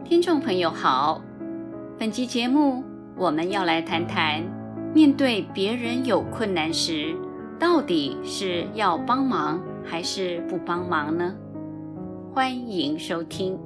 听众朋友好，本期节目我们要来谈谈，面对别人有困难时，到底是要帮忙还是不帮忙呢？欢迎收听。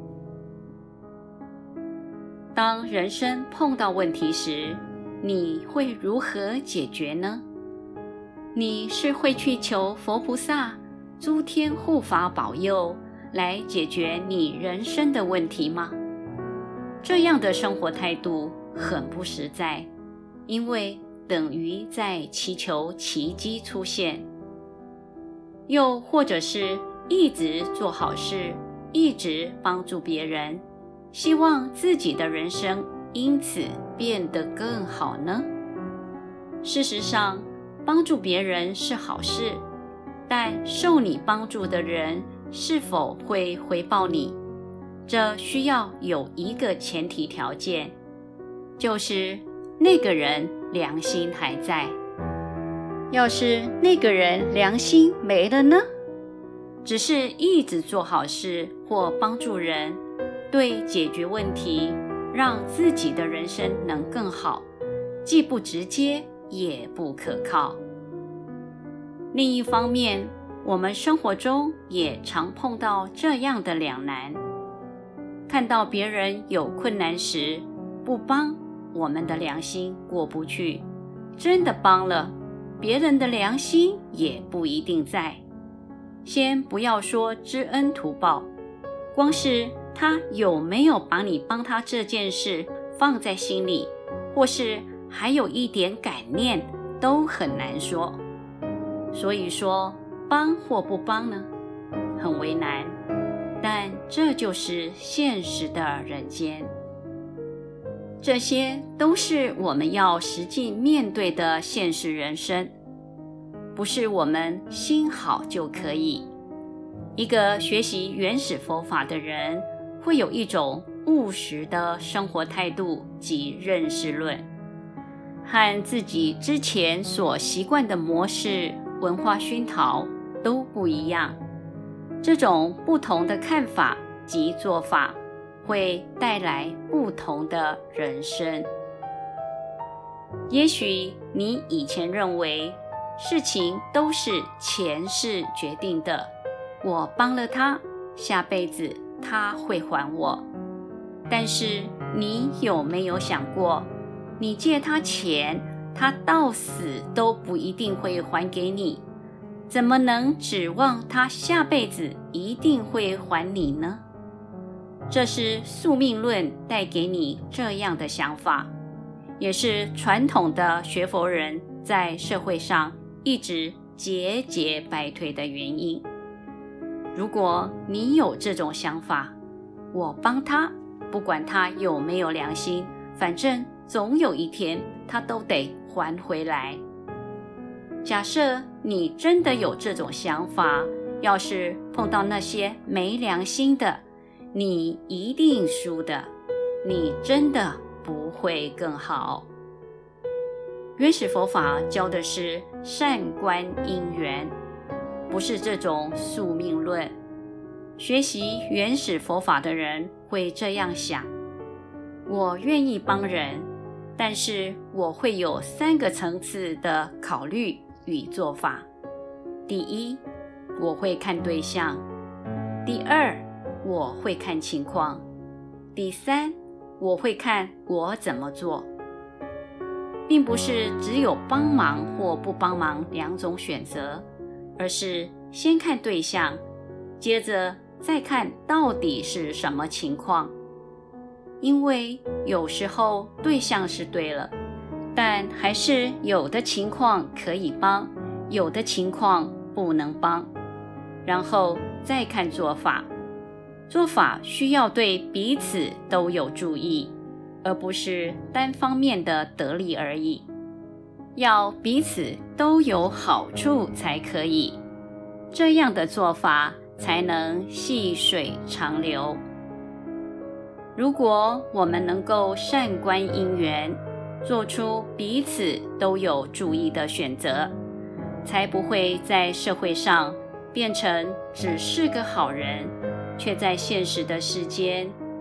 当人生碰到问题时，你会如何解决呢？你是会去求佛菩萨、诸天护法保佑来解决你人生的问题吗？这样的生活态度很不实在，因为等于在祈求奇迹出现。又或者是一直做好事，一直帮助别人，希望自己的人生因此变得更好呢？事实上，帮助别人是好事，但受你帮助的人是否会回报你，这需要有一个前提条件，就是那个人良心还在。要是那个人良心没了呢？只是一直做好事或帮助人，对解决问题，让自己的人生能更好，既不直接也不可靠。另一方面，我们生活中也常碰到这样的两难，看到别人有困难时，不帮，我们的良心过不去，真的帮了，别人的良心也不一定在。先不要说知恩图报，光是他有没有把你帮他这件事放在心里，或是还有一点感念，都很难说。所以说，帮或不帮呢，很为难，但这就是现实的人间。这些都是我们要实际面对的现实人生，不是我们心好就可以。一个学习原始佛法的人，会有一种务实的生活态度及认识论，和自己之前所习惯的模式、文化熏陶都不一样。这种不同的看法及做法，会带来不同的人生。也许你以前认为事情都是前世决定的，我帮了他，下辈子他会还我。但是你有没有想过，你借他钱，他到死都不一定会还给你，怎么能指望他下辈子一定会还你呢？这是宿命论带给你这样的想法，也是传统的学佛人在社会上一直节节败退的原因。如果你有这种想法，我帮他，不管他有没有良心，反正总有一天他都得还回来。假设你真的有这种想法，要是碰到那些没良心的，你一定输的，你真的不会更好。原始佛法教的是善观因缘，不是这种宿命论。学习原始佛法的人会这样想，我愿意帮人，但是我会有3个层次的考虑与做法。第一，我会看对象；第二，我会看情况；第三，我会看我怎么做。并不是只有帮忙或不帮忙2种选择，而是先看对象，接着再看到底是什么情况。因为有时候对象是对了，但还是有的情况可以帮，有的情况不能帮。然后再看做法，做法需要对彼此都有注意，而不是单方面的得利而已，要彼此都有好处才可以，这样的做法才能细水长流。如果我们能够善观因缘，做出彼此都有注意的选择，才不会在社会上变成只是个好人，却在现实的世间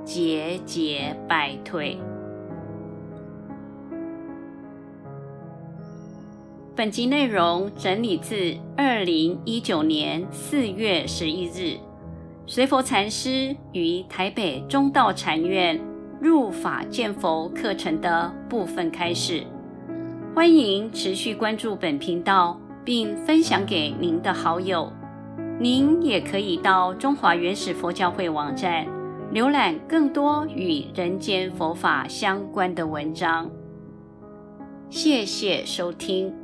节节败退。本集内容整理自2019年4月11日，随佛禅师于台北中道禅院入法见佛课程的部分开始。欢迎持续关注本频道，并分享给您的好友。您也可以到中华原始佛教会网站浏览更多与人间佛法相关的文章。谢谢收听。